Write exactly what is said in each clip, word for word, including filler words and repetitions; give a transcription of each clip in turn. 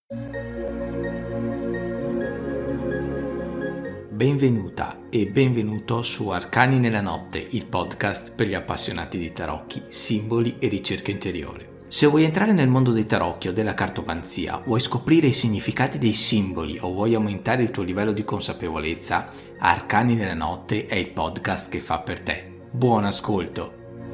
Benvenuta e benvenuto su Arcani nella notte, il podcast per gli appassionati di tarocchi, simboli e ricerca interiore. Se vuoi entrare nel mondo dei tarocchi o della cartomanzia, vuoi scoprire i significati dei simboli o vuoi aumentare il tuo livello di consapevolezza, Arcani nella notte è il podcast che fa per te. Buon ascolto!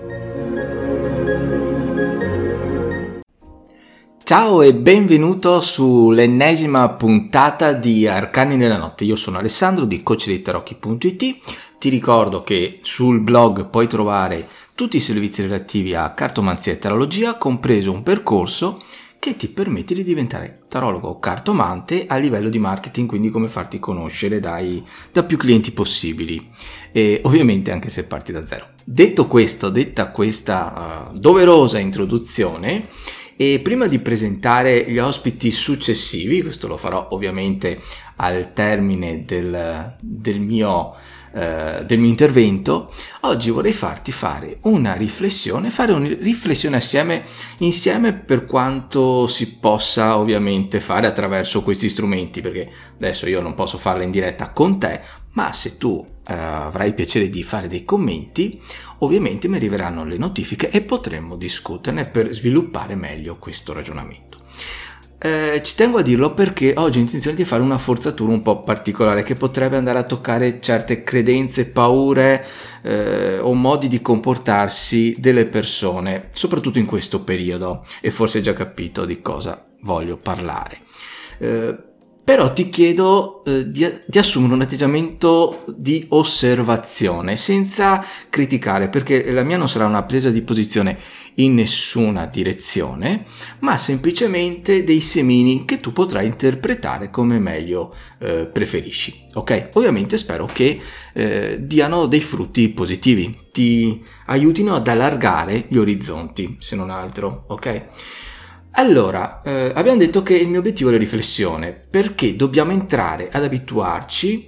Ciao e benvenuto sull'ennesima puntata di Arcani nella notte. Io sono Alessandro di coach dei tarocchi punto it. Ti ricordo che sul blog puoi trovare tutti i servizi relativi a cartomanzia e tarologia, compreso un percorso che ti permette di diventare tarologo o cartomante a livello di marketing, quindi come farti conoscere dai, da più clienti possibili, e ovviamente anche se parti da zero. Detto questo, detta questa uh, doverosa introduzione, e prima di presentare gli ospiti successivi, questo lo farò ovviamente al termine del, del, mio, eh, del mio intervento, oggi vorrei farti fare una riflessione, fare una riflessione assieme, insieme per quanto si possa ovviamente fare attraverso questi strumenti, perché adesso io non posso farla in diretta con te, ma se tu Uh, avrai piacere di fare dei commenti, ovviamente mi arriveranno le notifiche e potremmo discuterne per sviluppare meglio questo ragionamento. Uh, ci tengo a dirlo perché oggi ho intenzione di fare una forzatura un po' particolare che potrebbe andare a toccare certe credenze, paure uh, o modi di comportarsi delle persone, soprattutto in questo periodo, e forse hai già capito di cosa voglio parlare. Uh, Però ti chiedo eh, di, di assumere un atteggiamento di osservazione senza criticare, perché la mia non sarà una presa di posizione in nessuna direzione, ma semplicemente dei semini che tu potrai interpretare come meglio eh, preferisci. Ok? Ovviamente spero che eh, diano dei frutti positivi, ti aiutino ad allargare gli orizzonti, se non altro. Ok? Allora, eh, abbiamo detto che il mio obiettivo è la riflessione, perché dobbiamo entrare ad abituarci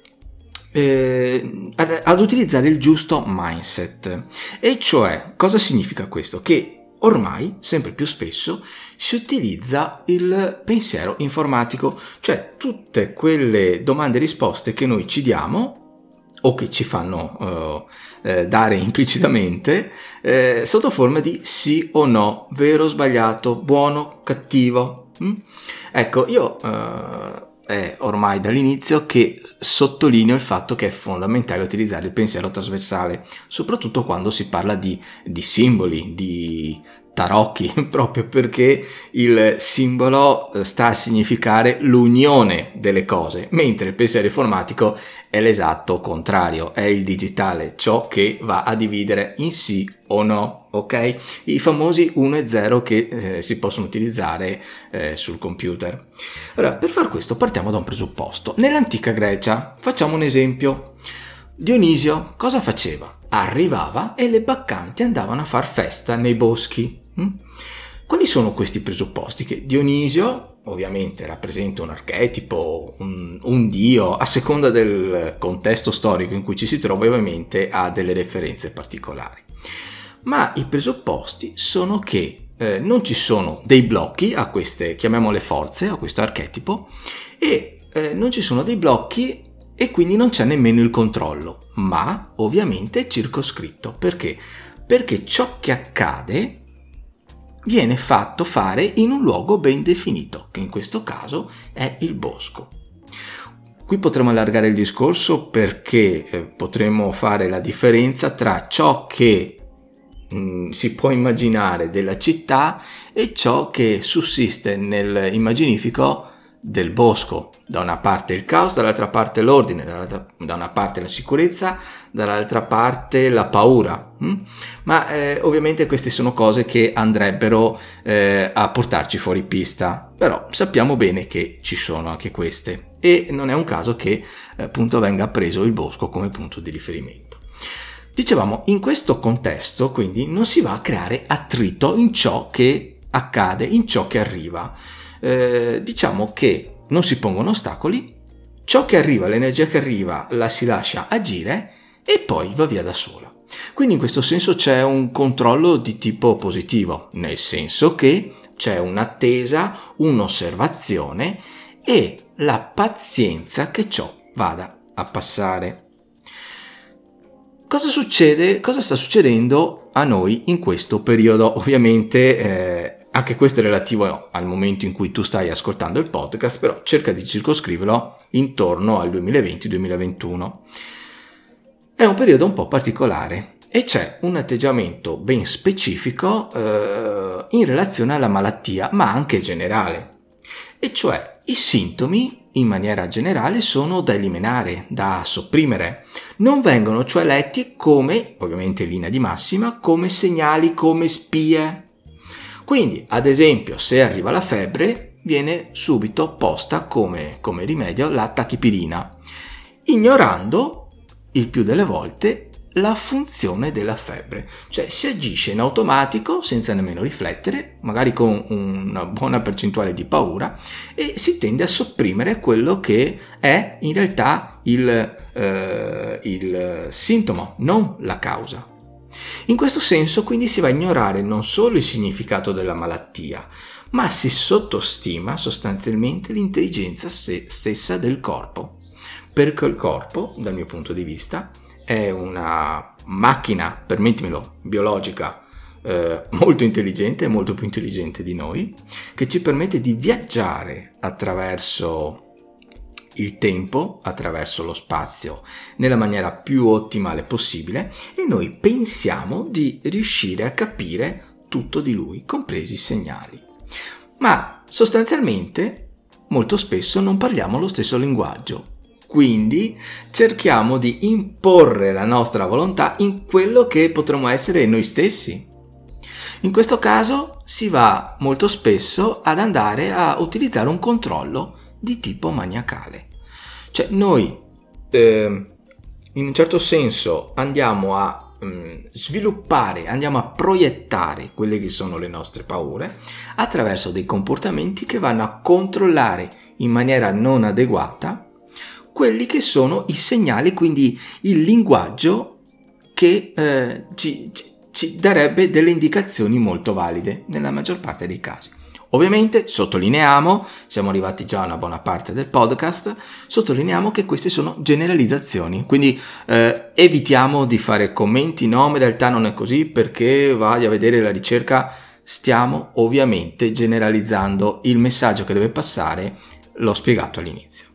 eh, ad, ad utilizzare il giusto mindset. E cioè, cosa significa questo? Che ormai, sempre più spesso, si utilizza il pensiero informatico, cioè tutte quelle domande e risposte che noi ci diamo o che ci fanno uh, eh, dare implicitamente eh, sotto forma di sì o no, vero o sbagliato, buono, cattivo. Mm? Ecco, io uh, è ormai dall'inizio che sottolineo il fatto che è fondamentale utilizzare il pensiero trasversale, soprattutto quando si parla di, di simboli, di tarocchi, proprio perché il simbolo sta a significare l'unione delle cose, mentre il pensiero informatico è l'esatto contrario, è il digitale, ciò che va a dividere in sì o no, ok? I famosi uno e zero che eh, si possono utilizzare eh, sul computer. Allora, per far questo partiamo da un presupposto. Nell'antica Grecia, facciamo un esempio. Dionisio cosa faceva? Arrivava e le baccanti andavano a far festa nei boschi. Quali sono questi presupposti? Che Dionisio ovviamente rappresenta un archetipo, un, un dio, a seconda del contesto storico in cui ci si trova, ovviamente ha delle referenze particolari. Ma i presupposti sono che eh, non ci sono dei blocchi a queste, chiamiamole forze, a questo archetipo, e eh, non ci sono dei blocchi e quindi non c'è nemmeno il controllo, ma ovviamente è circoscritto. Perché? Perché ciò che accade viene fatto fare in un luogo ben definito, che in questo caso è il bosco. Qui potremo allargare il discorso perché eh, potremo fare la differenza tra ciò che mh, si può immaginare della città e ciò che sussiste nel immaginifico del bosco. Da una parte il caos, dall'altra parte l'ordine, da una parte la sicurezza, dall'altra parte la paura. Ma eh, ovviamente queste sono cose che andrebbero eh, a portarci fuori pista, però sappiamo bene che ci sono anche queste e non è un caso che eh, appunto venga preso il bosco come punto di riferimento. Dicevamo, in questo contesto quindi non si va a creare attrito in ciò che accade, in ciò che arriva. Eh, diciamo che non si pongono ostacoli, ciò che arriva, l'energia che arriva la si lascia agire e poi va via da sola. Quindi in questo senso c'è un controllo di tipo positivo, nel senso che c'è un'attesa, un'osservazione e la pazienza che ciò vada a passare. Cosa succede? Cosa sta succedendo a noi in questo periodo? Ovviamente eh, anche questo è relativo al momento in cui tu stai ascoltando il podcast, però cerca di circoscriverlo intorno al duemilaventi duemilaventuno. È un periodo un po' particolare e c'è un atteggiamento ben specifico eh, in relazione alla malattia, ma anche generale. E cioè i sintomi in maniera generale sono da eliminare, da sopprimere. Non vengono cioè letti come, ovviamente in linea di massima, come segnali, come spie. Quindi, ad esempio, se arriva la febbre, viene subito posta come, come rimedio la tachipirina, ignorando il più delle volte la funzione della febbre, cioè si agisce in automatico senza nemmeno riflettere, magari con una buona percentuale di paura, e si tende a sopprimere quello che è in realtà il, eh, il sintomo, non la causa. In questo senso quindi si va a ignorare non solo il significato della malattia, ma si sottostima sostanzialmente l'intelligenza stessa del corpo, perché il corpo, dal mio punto di vista, è una macchina, permettimelo, biologica, eh, molto intelligente, molto più intelligente di noi, che ci permette di viaggiare attraverso il tempo, attraverso lo spazio, nella maniera più ottimale possibile, e noi pensiamo di riuscire a capire tutto di lui, compresi i segnali. Ma sostanzialmente, molto spesso non parliamo lo stesso linguaggio. Quindi cerchiamo di imporre la nostra volontà in quello che potremmo essere noi stessi. In questo caso si va molto spesso ad andare a utilizzare un controllo di tipo maniacale. Cioè noi eh, in un certo senso andiamo a mh, sviluppare, andiamo a proiettare quelle che sono le nostre paure attraverso dei comportamenti che vanno a controllare in maniera non adeguata quelli che sono i segnali, quindi il linguaggio che eh, ci, ci, ci darebbe delle indicazioni molto valide nella maggior parte dei casi. Ovviamente sottolineiamo, siamo arrivati già a una buona parte del podcast, sottolineiamo che queste sono generalizzazioni, quindi eh, evitiamo di fare commenti, no, in realtà non è così, perché vai a vedere la ricerca, stiamo ovviamente generalizzando. Il messaggio che deve passare l'ho spiegato all'inizio.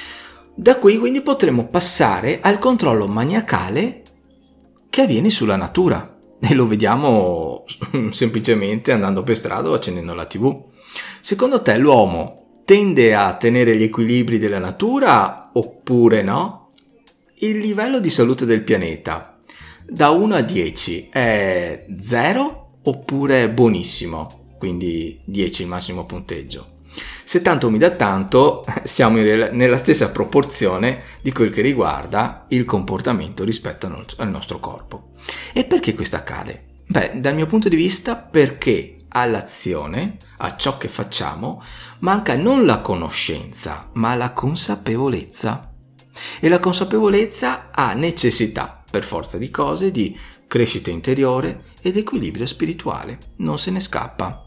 Da qui quindi potremo passare al controllo maniacale che avviene sulla natura e lo vediamo semplicemente andando per strada o accendendo la tivù. Secondo te l'uomo tende a tenere gli equilibri della natura oppure no? Il livello di salute del pianeta da uno a dieci è zero oppure buonissimo, quindi dieci il massimo punteggio? Se tanto mi dà tanto, siamo in, nella stessa proporzione di quel che riguarda il comportamento rispetto al, al nostro corpo. E perché questo accade? Beh, dal mio punto di vista, perché all'azione, a ciò che facciamo, manca non la conoscenza, ma la consapevolezza. E la consapevolezza ha necessità, per forza di cose, di crescita interiore ed equilibrio spirituale. Non se ne scappa.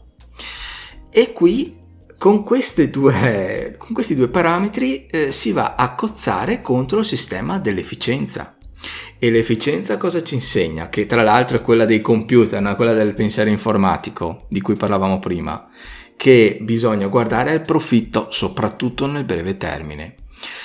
E qui Con, queste due, con questi due parametri eh, si va a cozzare contro il sistema dell'efficienza. E l'efficienza cosa ci insegna? Che tra l'altro è quella dei computer, no? Quella del pensiero informatico di cui parlavamo prima, che bisogna guardare al profitto soprattutto nel breve termine.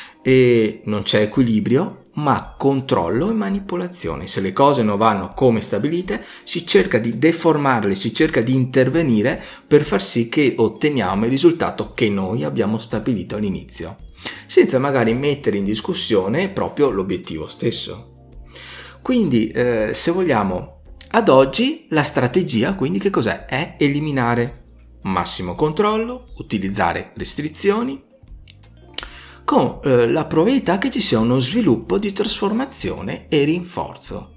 E non c'è equilibrio, ma controllo e manipolazione. Se le cose non vanno come stabilite, si cerca di deformarle, si cerca di intervenire per far sì che otteniamo il risultato che noi abbiamo stabilito all'inizio, senza magari mettere in discussione proprio l'obiettivo stesso. Quindi, eh, se vogliamo, ad oggi la strategia, quindi che cos'è? È eliminare massimo controllo, utilizzare restrizioni, con eh, la probabilità che ci sia uno sviluppo di trasformazione e rinforzo.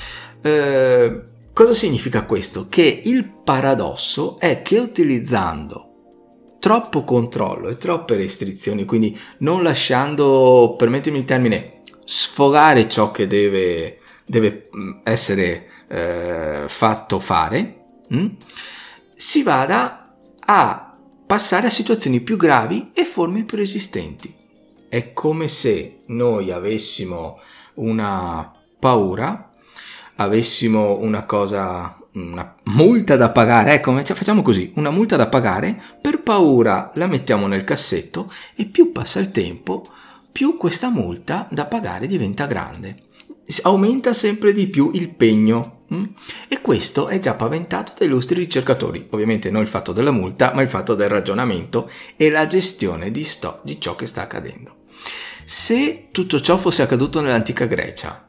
Eh, cosa significa questo? Che il paradosso è che utilizzando troppo controllo e troppe restrizioni, quindi non lasciando, permettimi il termine, sfogare ciò che deve, deve essere eh, fatto fare, mh? si vada a passare a situazioni più gravi e forme più resistenti. È come se noi avessimo una paura, avessimo una cosa, una multa da pagare, ecco, facciamo così, una multa da pagare, per paura la mettiamo nel cassetto e più passa il tempo, più questa multa da pagare diventa grande. Aumenta sempre di più il pegno. E questo è già paventato dai illustri ricercatori, ovviamente non il fatto della multa, ma il fatto del ragionamento e la gestione di, sto, di ciò che sta accadendo. Se tutto ciò fosse accaduto nell'antica Grecia,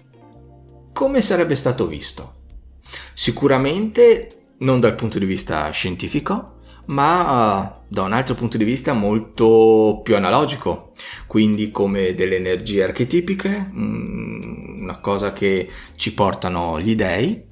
come sarebbe stato visto? Sicuramente non dal punto di vista scientifico, ma uh, da un altro punto di vista molto più analogico, quindi come delle energie archetipiche, mh, una cosa che ci portano gli dei,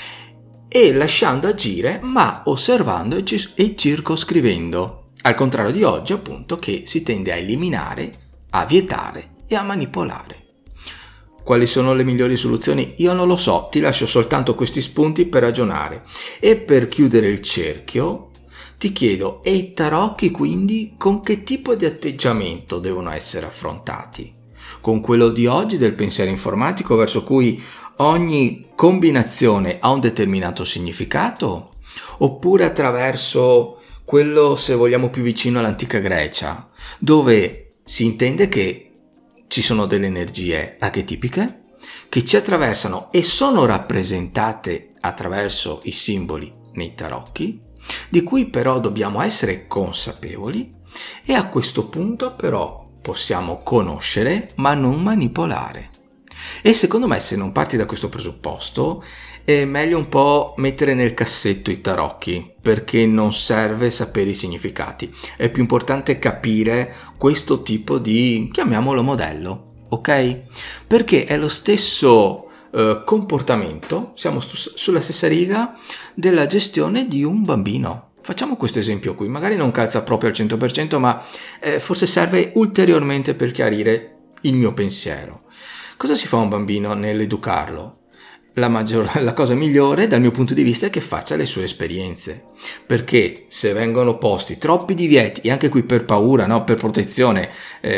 e lasciando agire ma osservando e, ci- e circoscrivendo, al contrario di oggi appunto che si tende a eliminare, a vietare e a manipolare. Quali sono le migliori soluzioni? Io non lo so, ti lascio soltanto questi spunti per ragionare. E per chiudere il cerchio ti chiedo, e i tarocchi quindi con che tipo di atteggiamento devono essere affrontati? Con quello di oggi del pensiero informatico verso cui ogni combinazione ha un determinato significato? Oppure attraverso quello, se vogliamo, più vicino all'antica Grecia, dove si intende che ci sono delle energie archetipiche che ci attraversano e sono rappresentate attraverso i simboli nei tarocchi, di cui però dobbiamo essere consapevoli e a questo punto però possiamo conoscere ma non manipolare. E secondo me, se non parti da questo presupposto, è meglio un po' mettere nel cassetto i tarocchi, perché non serve sapere i significati. È più importante capire questo tipo di, chiamiamolo modello, ok? Perché è lo stesso eh, comportamento, siamo stu- sulla stessa riga della gestione di un bambino. Facciamo questo esempio qui, magari non calza proprio al cento per cento, ma eh, forse serve ulteriormente per chiarire il mio pensiero. Cosa si fa a un bambino nell'educarlo? La, maggior, la cosa migliore dal mio punto di vista è che faccia le sue esperienze, perché se vengono posti troppi divieti, e anche qui per paura, no? Per protezione,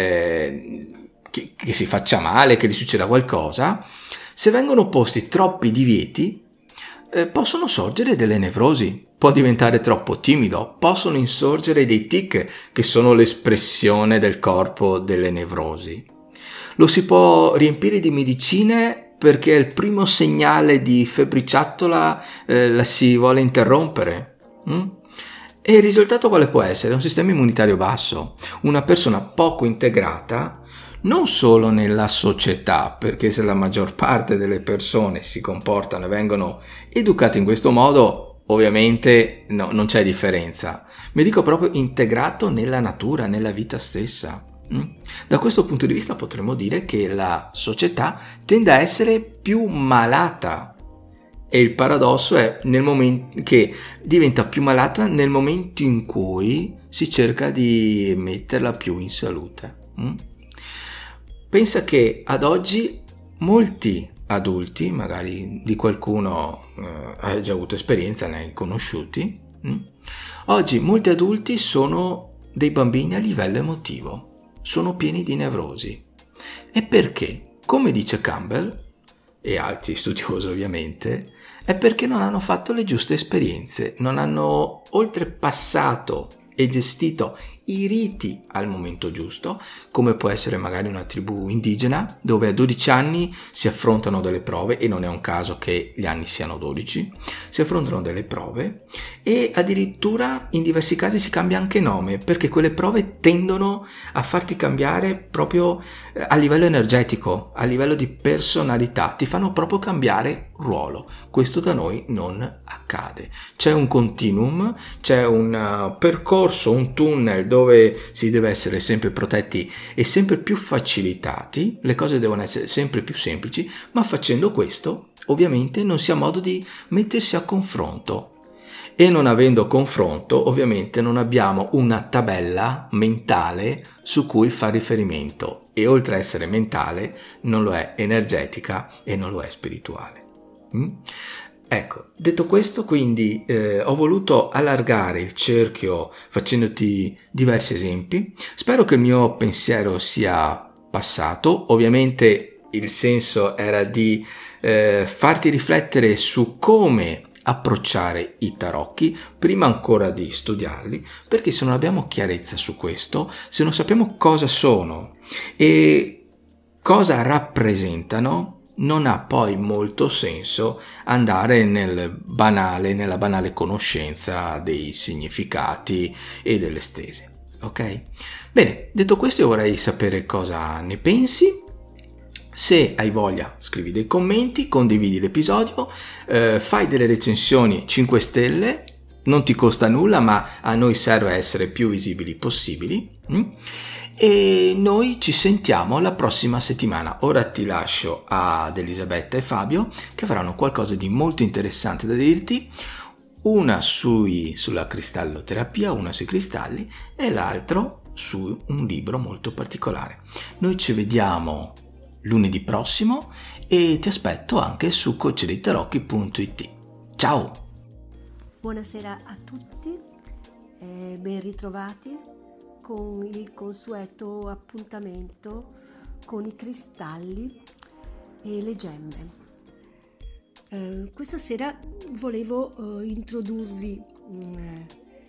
eh, che, che si faccia male, che gli succeda qualcosa, se vengono posti troppi divieti eh, possono sorgere delle nevrosi, può diventare troppo timido, possono insorgere dei tic che sono l'espressione del corpo delle nevrosi. Lo si può riempire di medicine perché il primo segnale di febbriciattola eh, la si vuole interrompere. Mm? E il risultato quale può essere? Un sistema immunitario basso, una persona poco integrata non solo nella società, perché se la maggior parte delle persone si comportano e vengono educate in questo modo, ovviamente no, non c'è differenza. Mi dico proprio integrato nella natura, nella vita stessa. Da questo punto di vista potremmo dire che la società tende a essere più malata e il paradosso è nel momento che diventa più malata nel momento in cui si cerca di metterla più in salute. Pensa che ad oggi molti adulti, magari di qualcuno eh, ha già avuto esperienza, ne hai conosciuti, oggi molti adulti sono dei bambini a livello emotivo. Sono pieni di nevrosi. E perché? Come dice Campbell, e altri studiosi ovviamente, è perché non hanno fatto le giuste esperienze, non hanno oltrepassato e gestito i riti al momento giusto, come può essere magari una tribù indigena, dove a dodici anni si affrontano delle prove, e non è un caso che gli anni siano dodici, si affrontano delle prove e addirittura in diversi casi si cambia anche nome, perché quelle prove tendono a farti cambiare proprio a livello energetico, a livello di personalità, ti fanno proprio cambiare ruolo. Questo da noi non accade. C'è un continuum, c'è un percorso, un tunnel dove si deve essere sempre protetti e sempre più facilitati, le cose devono essere sempre più semplici, ma facendo questo ovviamente non si ha modo di mettersi a confronto. E non avendo confronto, ovviamente non abbiamo una tabella mentale su cui fare riferimento, e oltre a essere mentale non lo è energetica e non lo è spirituale. Ecco, detto questo, quindi eh, ho voluto allargare il cerchio facendoti diversi esempi. Spero che il mio pensiero sia passato. Ovviamente il senso era di eh, farti riflettere su come approcciare i tarocchi prima ancora di studiarli, perché se non abbiamo chiarezza su questo, se non sappiamo cosa sono e cosa rappresentano, non ha poi molto senso andare nel banale, nella banale conoscenza dei significati e delle stese. Ok? Bene, detto questo, io vorrei sapere cosa ne pensi. Se hai voglia, scrivi dei commenti, condividi l'episodio, eh, fai delle recensioni cinque stelle, non ti costa nulla, ma a noi serve essere più visibili possibili. Mm? E noi ci sentiamo la prossima settimana. Ora ti lascio ad Elisabetta e Fabio, che avranno qualcosa di molto interessante da dirti, una sui, sulla cristalloterapia, una sui cristalli e l'altro su un libro molto particolare. Noi ci vediamo lunedì prossimo e ti aspetto anche su coach dei tarocchi punto it. Ciao! Buonasera a tutti e ben ritrovati con il consueto appuntamento con i cristalli e le gemme. Eh, questa sera volevo eh, introdurvi mh,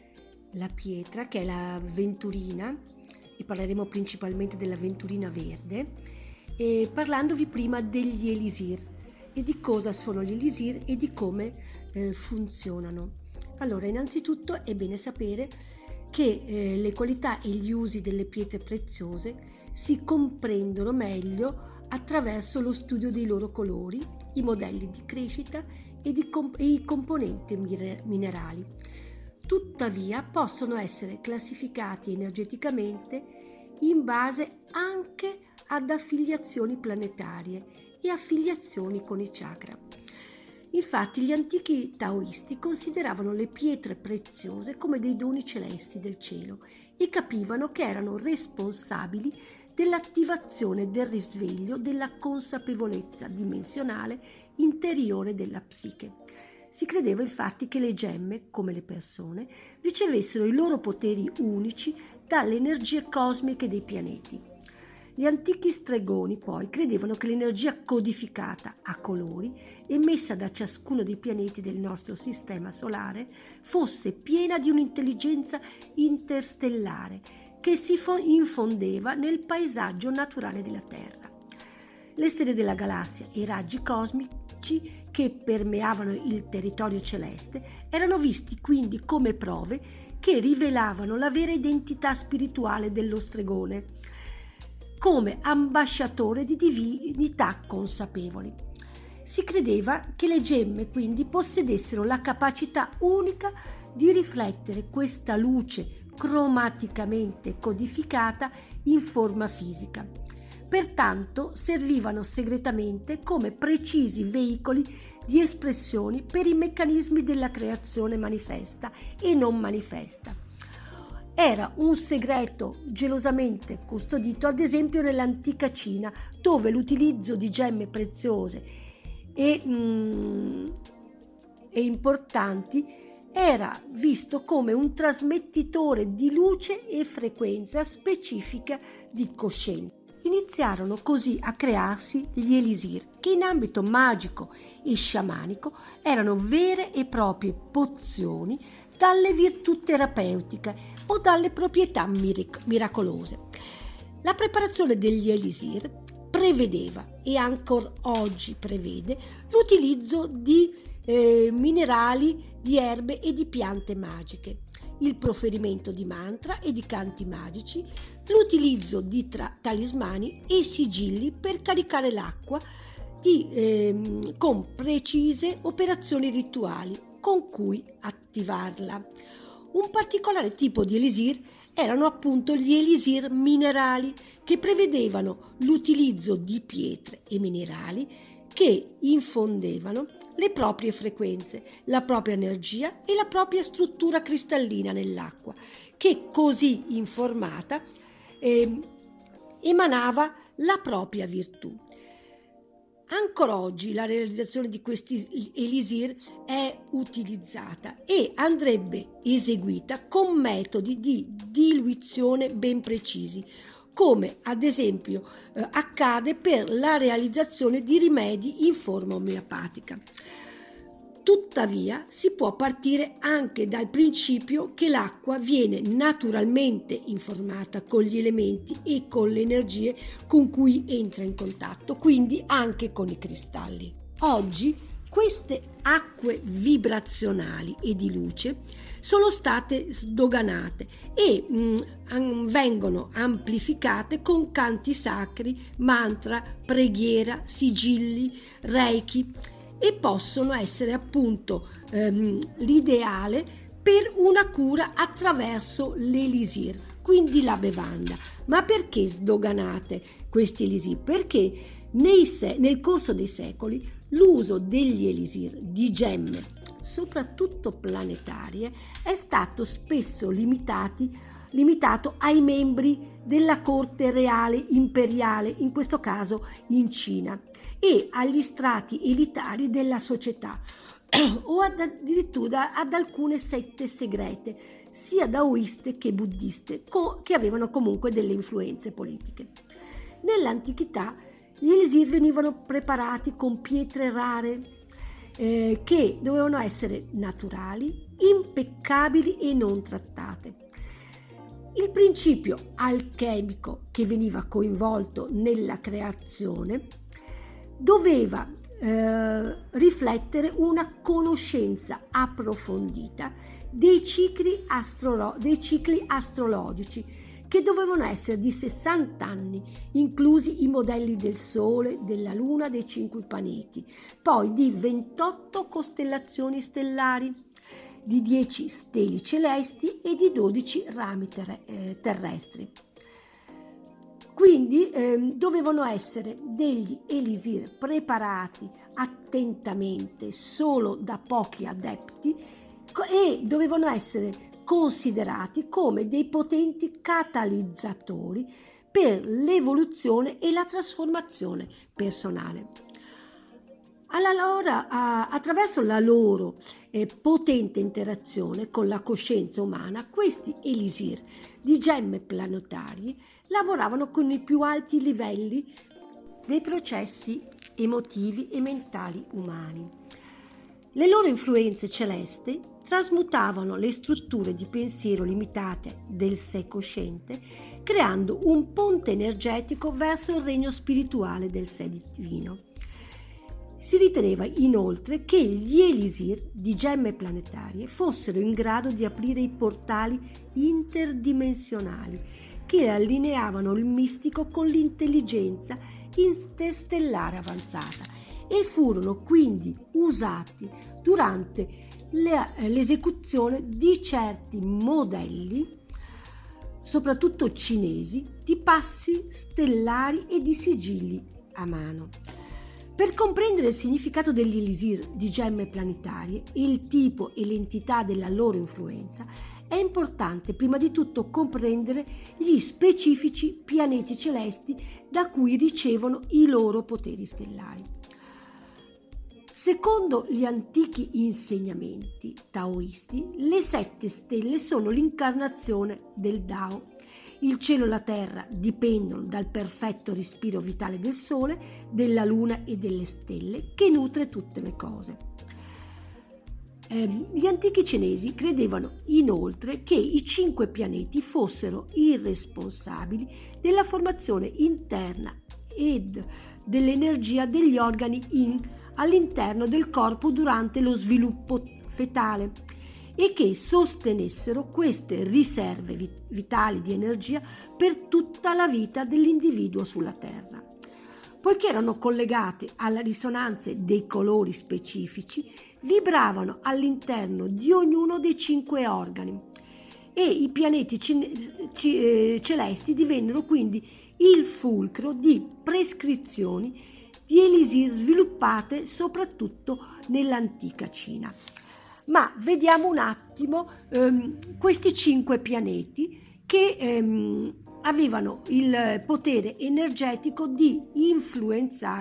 la pietra, che è la venturina, e parleremo principalmente della venturina verde, e parlandovi prima degli elisir e di cosa sono gli elisir e di come eh, funzionano. Allora, innanzitutto è bene sapere che eh, le qualità e gli usi delle pietre preziose si comprendono meglio attraverso lo studio dei loro colori, i modelli di crescita e, di comp- e i componenti minerali. Tuttavia possono essere classificati energeticamente in base anche ad affiliazioni planetarie e affiliazioni con i chakra. Infatti gli antichi taoisti consideravano le pietre preziose come dei doni celesti del cielo e capivano che erano responsabili dell'attivazione del risveglio della consapevolezza dimensionale interiore della psiche. Si credeva infatti che le gemme, come le persone, ricevessero i loro poteri unici dalle energie cosmiche dei pianeti. Gli antichi stregoni poi credevano che l'energia codificata a colori emessa da ciascuno dei pianeti del nostro sistema solare fosse piena di un'intelligenza interstellare che si infondeva nel paesaggio naturale della Terra. Le stelle della galassia e i raggi cosmici che permeavano il territorio celeste erano visti quindi come prove che rivelavano la vera identità spirituale dello stregone, come ambasciatore di divinità consapevoli. Si credeva che le gemme quindi possedessero la capacità unica di riflettere questa luce cromaticamente codificata in forma fisica. Pertanto servivano segretamente come precisi veicoli di espressioni per i meccanismi della creazione manifesta e non manifesta. Era un segreto gelosamente custodito, ad esempio nell'antica Cina, dove l'utilizzo di gemme preziose e, mm, e importanti era visto come un trasmettitore di luce e frequenza specifica di coscienza. Iniziarono così a crearsi gli elisir, che in ambito magico e sciamanico erano vere e proprie pozioni dalle virtù terapeutiche o dalle proprietà mirac- miracolose. La preparazione degli elisir prevedeva, e ancora oggi prevede, l'utilizzo di eh, minerali, di erbe e di piante magiche, il proferimento di mantra e di canti magici, l'utilizzo di tra- talismani e sigilli per caricare l'acqua di, ehm, con precise operazioni rituali con cui attivarla. Un particolare tipo di elisir erano appunto gli elisir minerali, che prevedevano l'utilizzo di pietre e minerali che infondevano le proprie frequenze, la propria energia e la propria struttura cristallina nell'acqua, che così informata eh, emanava la propria virtù. ancora oggi la realizzazione di questi elisir è utilizzata e andrebbe eseguita con metodi di diluizione ben precisi, come ad esempio eh, accade per la realizzazione di rimedi in forma omeopatica. Tuttavia si può partire anche dal principio che l'acqua viene naturalmente informata con gli elementi e con le energie con cui entra in contatto, quindi anche con i cristalli. Oggi queste acque vibrazionali e di luce sono state sdoganate e mh, vengono amplificate con canti sacri, mantra, preghiera, sigilli, reiki, e possono essere appunto ehm, l'ideale per una cura attraverso l'elisir, quindi la bevanda. Ma perché sdoganate questi elisir? Perché nei se- nel corso dei secoli l'uso degli elisir di gemme, soprattutto planetarie, è stato spesso limitati, limitato ai membri della corte reale imperiale, in questo caso in Cina, e agli strati elitari della società o ad, addirittura ad alcune sette segrete, sia daoiste che buddiste, co- che avevano comunque delle influenze politiche. Nell'antichità gli elisir venivano preparati con pietre rare eh, che dovevano essere naturali, impeccabili e non trattate. Il principio alchemico che veniva coinvolto nella creazione doveva eh, riflettere una conoscenza approfondita dei cicli, astrolo- dei cicli astrologici, che dovevano essere di sessanta anni, inclusi i modelli del Sole, della Luna, dei cinque pianeti, poi di ventotto costellazioni stellari, di dieci steli celesti e di dodici rami ter- eh, terrestri. Quindi eh, dovevano essere degli elisir preparati attentamente solo da pochi adepti e dovevano essere considerati come dei potenti catalizzatori per l'evoluzione e la trasformazione personale. Allora, attraverso la loro eh, potente interazione con la coscienza umana, questi elisir di gemme planetarie lavoravano con i più alti livelli dei processi emotivi e mentali umani. Le loro influenze celesti trasmutavano le strutture di pensiero limitate del sé cosciente, creando un ponte energetico verso il regno spirituale del sé divino. Si riteneva inoltre che gli elisir di gemme planetarie fossero in grado di aprire i portali interdimensionali che allineavano il mistico con l'intelligenza interstellare avanzata e furono quindi usati durante le, l'esecuzione di certi modelli, soprattutto cinesi, di passi stellari e di sigilli a mano. Per comprendere il significato degli elisir di gemme planetarie, il tipo e l'entità della loro influenza, è importante prima di tutto comprendere gli specifici pianeti celesti da cui ricevono i loro poteri stellari. Secondo gli antichi insegnamenti taoisti, le sette stelle sono l'incarnazione del Tao. Il cielo e la terra dipendono dal perfetto respiro vitale del Sole, della Luna e delle stelle, che nutre tutte le cose. Eh, gli antichi cinesi credevano inoltre che i cinque pianeti fossero i responsabili della formazione interna ed dell'energia degli organi in, all'interno del corpo durante lo sviluppo fetale, e che sostenessero queste riserve vitali di energia per tutta la vita dell'individuo sulla Terra. Poiché erano collegate alle risonanze dei colori specifici, vibravano all'interno di ognuno dei cinque organi e i pianeti cine- c- celesti divennero quindi il fulcro di prescrizioni di elisir sviluppate soprattutto nell'antica Cina. Ma vediamo un attimo ehm, questi cinque pianeti che ehm, avevano il potere energetico di influenzare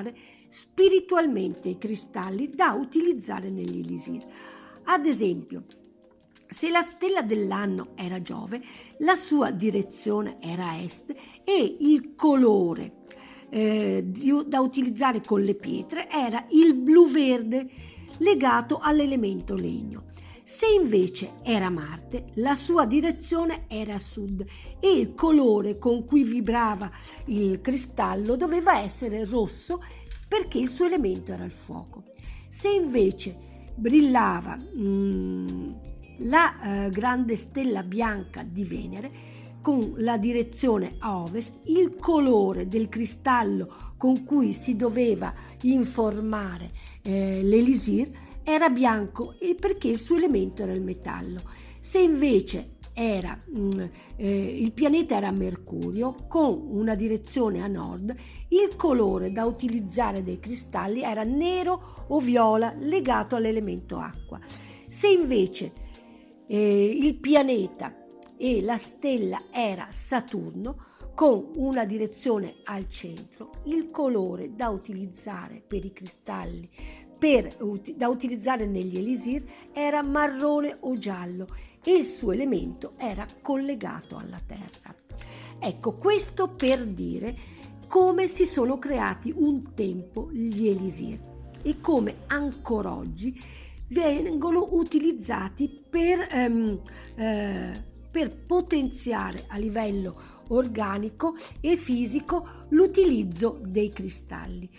spiritualmente i cristalli da utilizzare negli elisir. Ad esempio, se la stella dell'anno era Giove, la sua direzione era est e il colore eh, da utilizzare con le pietre era il blu-verde legato all'elemento legno. Se invece era Marte, la sua direzione era a sud e il colore con cui vibrava il cristallo doveva essere rosso perché il suo elemento era il fuoco. Se invece brillava mm, la eh, grande stella bianca di Venere con la direzione a ovest, il colore del cristallo con cui si doveva informare eh, l'elisir era bianco perché il suo elemento era il metallo. Se invece era, mh, eh, il pianeta era Mercurio con una direzione a nord, il colore da utilizzare dei cristalli era nero o viola legato all'elemento acqua. Se invece eh, il pianeta e la stella era Saturno con una direzione al centro, il colore da utilizzare per i cristalli Per, da utilizzare negli elisir era marrone o giallo e il suo elemento era collegato alla terra. Ecco, questo per dire come si sono creati un tempo gli elisir e come ancora oggi vengono utilizzati per, um, eh, per potenziare a livello organico e fisico l'utilizzo dei cristalli.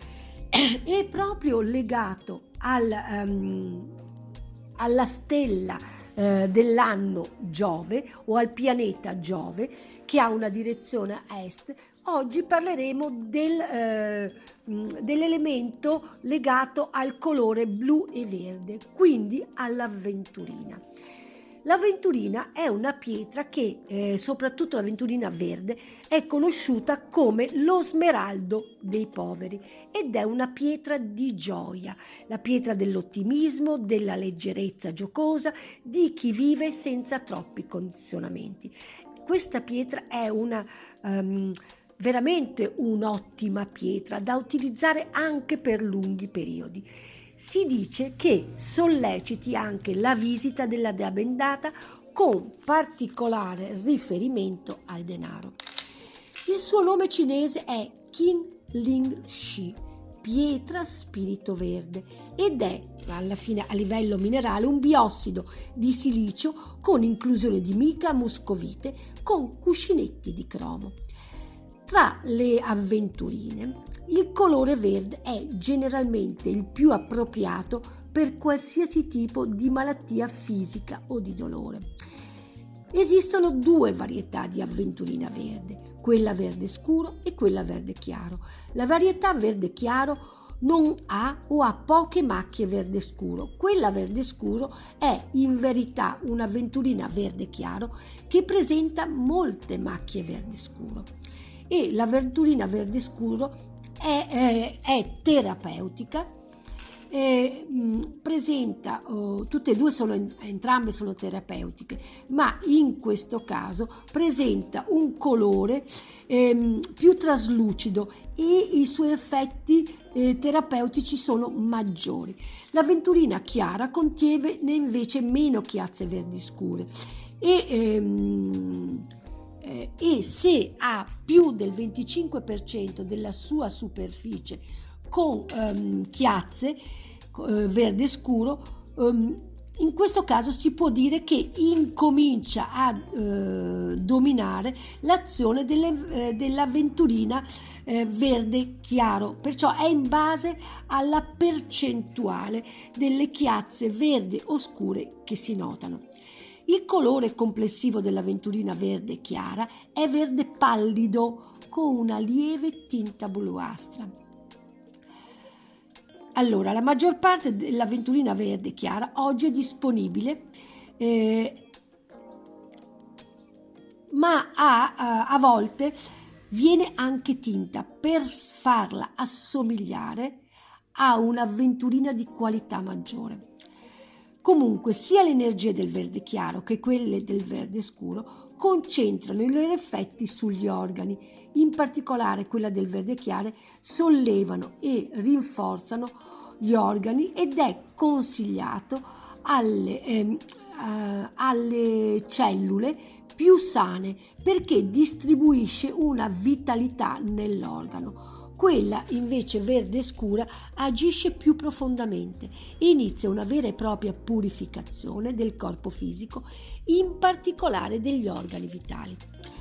È proprio legato al, um, alla stella eh, dell'anno Giove o al pianeta Giove che ha una direzione a est. Oggi parleremo del, eh, dell'elemento legato al colore blu e verde, quindi all'avventurina. L'avventurina è una pietra che, eh, soprattutto l'avventurina verde, è conosciuta come lo smeraldo dei poveri ed è una pietra di gioia, la pietra dell'ottimismo, della leggerezza giocosa, di chi vive senza troppi condizionamenti. Questa pietra è una um, veramente un'ottima pietra da utilizzare anche per lunghi periodi. Si dice che solleciti anche la visita della dea bendata con particolare riferimento al denaro. Il suo nome cinese è Qin Ling Shi, pietra spirito verde, ed è alla fine a livello minerale un biossido di silicio con inclusione di mica muscovite con cuscinetti di cromo. Tra le avventurine, il colore verde è generalmente il più appropriato per qualsiasi tipo di malattia fisica o di dolore. Esistono due varietà di avventurina verde, quella verde scuro e quella verde chiaro. La varietà verde chiaro non ha o ha poche macchie verde scuro. Quella verde scuro è in verità un'avventurina verde chiaro che presenta molte macchie verde scuro. E l'avventurina verde scuro è, è, è terapeutica, eh, mh, presenta, oh, tutte e due sono, entrambe sono terapeutiche, ma in questo caso presenta un colore eh, più traslucido e i suoi effetti eh, terapeutici sono maggiori. L'avventurina chiara contiene invece meno chiazze verdi scure e ehm, e se ha più del venticinque per cento della sua superficie con um, chiazze uh, verde scuro, um, in questo caso si può dire che incomincia a uh, dominare l'azione delle, uh, dell'avventurina uh, verde chiaro, perciò è in base alla percentuale delle chiazze verde oscure che si notano. Il colore complessivo dell'avventurina verde chiara è verde pallido con una lieve tinta bluastra. Allora, la maggior parte dell'avventurina verde chiara oggi è disponibile, eh, ma a, a, a volte viene anche tinta per farla assomigliare a un'avventurina di qualità maggiore. Comunque, sia le energie del verde chiaro che quelle del verde scuro concentrano i loro effetti sugli organi, in particolare quella del verde chiaro, sollevano e rinforzano gli organi ed è consigliato alle, ehm, eh, alle cellule più sane perché distribuisce una vitalità nell'organo. Quella invece verde scura agisce più profondamente e inizia una vera e propria purificazione del corpo fisico, in particolare degli organi vitali.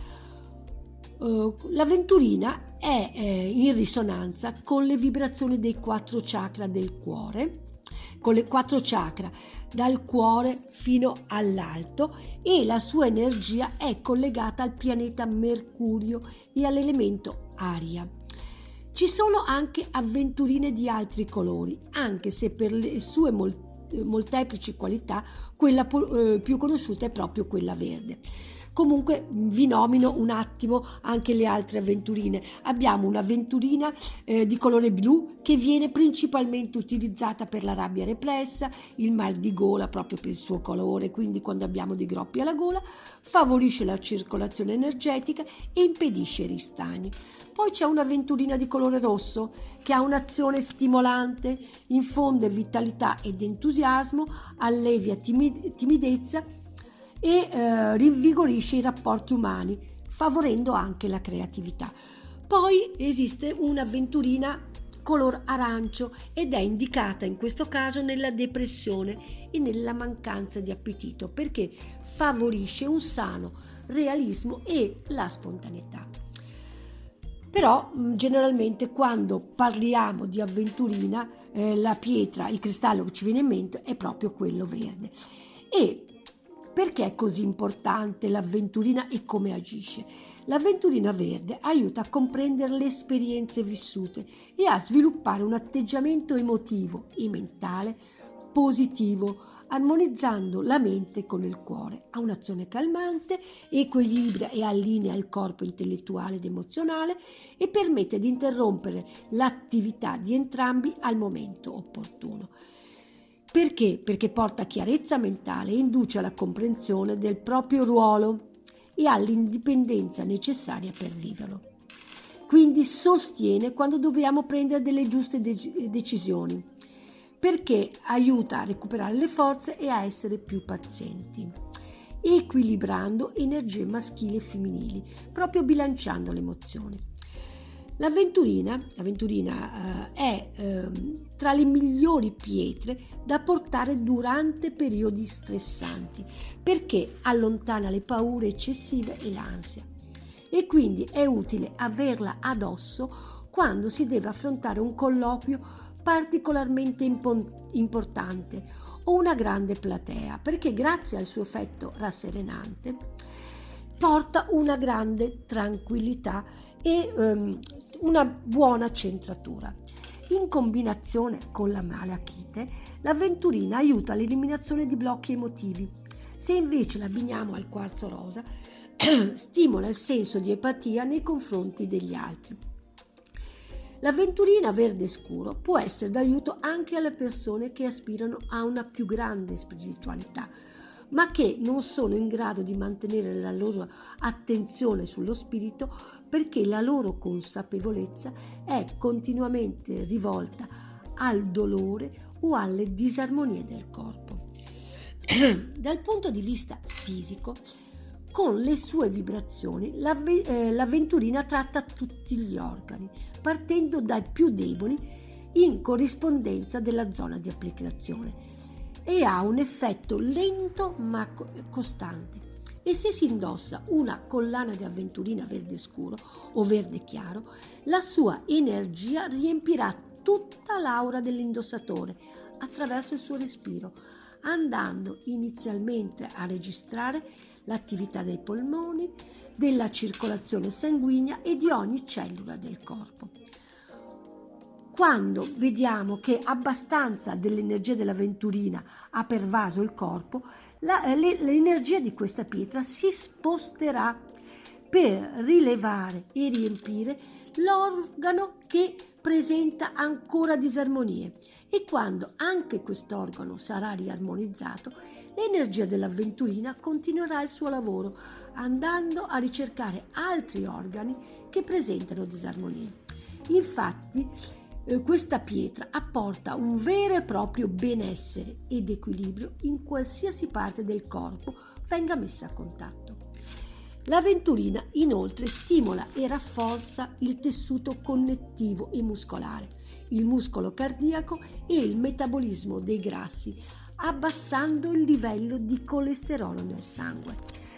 Uh, l'avventurina è eh, in risonanza con le vibrazioni dei quattro chakra del cuore, con le quattro chakra dal cuore fino all'alto, e la sua energia è collegata al pianeta Mercurio e all'elemento aria. Ci sono anche avventurine di altri colori, anche se per le sue molteplici qualità quella più conosciuta è proprio quella verde. Comunque vi nomino un attimo anche le altre avventurine. Abbiamo un'avventurina eh, di colore blu che viene principalmente utilizzata per la rabbia repressa, il mal di gola proprio per il suo colore, quindi quando abbiamo dei groppi alla gola, favorisce la circolazione energetica e impedisce i ristagni. Poi c'è un'avventurina di colore rosso che ha un'azione stimolante, infonde vitalità ed entusiasmo, allevia timid- timidezza e eh, rinvigorisce i rapporti umani, favorendo anche la creatività. Poi esiste un'avventurina color arancio ed è indicata in questo caso nella depressione e nella mancanza di appetito, perché favorisce un sano realismo e la spontaneità. Però generalmente quando parliamo di avventurina eh, la pietra, il cristallo che ci viene in mente è proprio quello verde. E perché è così importante l'avventurina e come agisce? L'avventurina verde aiuta a comprendere le esperienze vissute e a sviluppare un atteggiamento emotivo e mentale positivo, armonizzando la mente con il cuore. Ha un'azione calmante, equilibra e allinea il corpo intellettuale ed emozionale e permette di interrompere l'attività di entrambi al momento opportuno. Perché? Perché porta chiarezza mentale e induce alla comprensione del proprio ruolo e all'indipendenza necessaria per viverlo. Quindi sostiene quando dobbiamo prendere delle giuste de- decisioni, perché aiuta a recuperare le forze e a essere più pazienti, equilibrando energie maschili e femminili, proprio bilanciando le emozioni. L'avventurina, l'avventurina eh, è eh, tra le migliori pietre da portare durante periodi stressanti, perché allontana le paure eccessive e l'ansia, e quindi è utile averla addosso quando si deve affrontare un colloquio particolarmente impo- importante o una grande platea, perché grazie al suo effetto rasserenante porta una grande tranquillità e um, una buona centratura. In combinazione con la malachite, l'avventurina aiuta all'eliminazione di blocchi emotivi. Se invece l'abbiniamo al quarzo rosa, stimola il senso di empatia nei confronti degli altri. L'avventurina verde scuro può essere d'aiuto anche alle persone che aspirano a una più grande spiritualità, ma che non sono in grado di mantenere la loro attenzione sullo spirito perché la loro consapevolezza è continuamente rivolta al dolore o alle disarmonie del corpo. Dal punto di vista fisico, con le sue vibrazioni, l'avve- eh, l'avventurina tratta tutti gli organi, partendo dai più deboli in corrispondenza della zona di applicazione, e ha un effetto lento ma costante. E se si indossa una collana di avventurina verde scuro o verde chiaro, la sua energia riempirà tutta l'aura dell'indossatore attraverso il suo respiro, andando inizialmente a registrare l'attività dei polmoni, della circolazione sanguigna e di ogni cellula del corpo. Quando vediamo che abbastanza dell'energia dell'avventurina ha pervaso il corpo, la, le, l'energia di questa pietra si sposterà per rilevare e riempire l'organo che presenta ancora disarmonie, e quando anche quest'organo sarà riarmonizzato, l'energia dell'avventurina continuerà il suo lavoro, andando a ricercare altri organi che presentano disarmonie. Infatti, eh, questa pietra apporta un vero e proprio benessere ed equilibrio in qualsiasi parte del corpo venga messa a contatto. L'avventurina inoltre stimola e rafforza il tessuto connettivo e muscolare, il muscolo cardiaco e il metabolismo dei grassi, abbassando il livello di colesterolo nel sangue.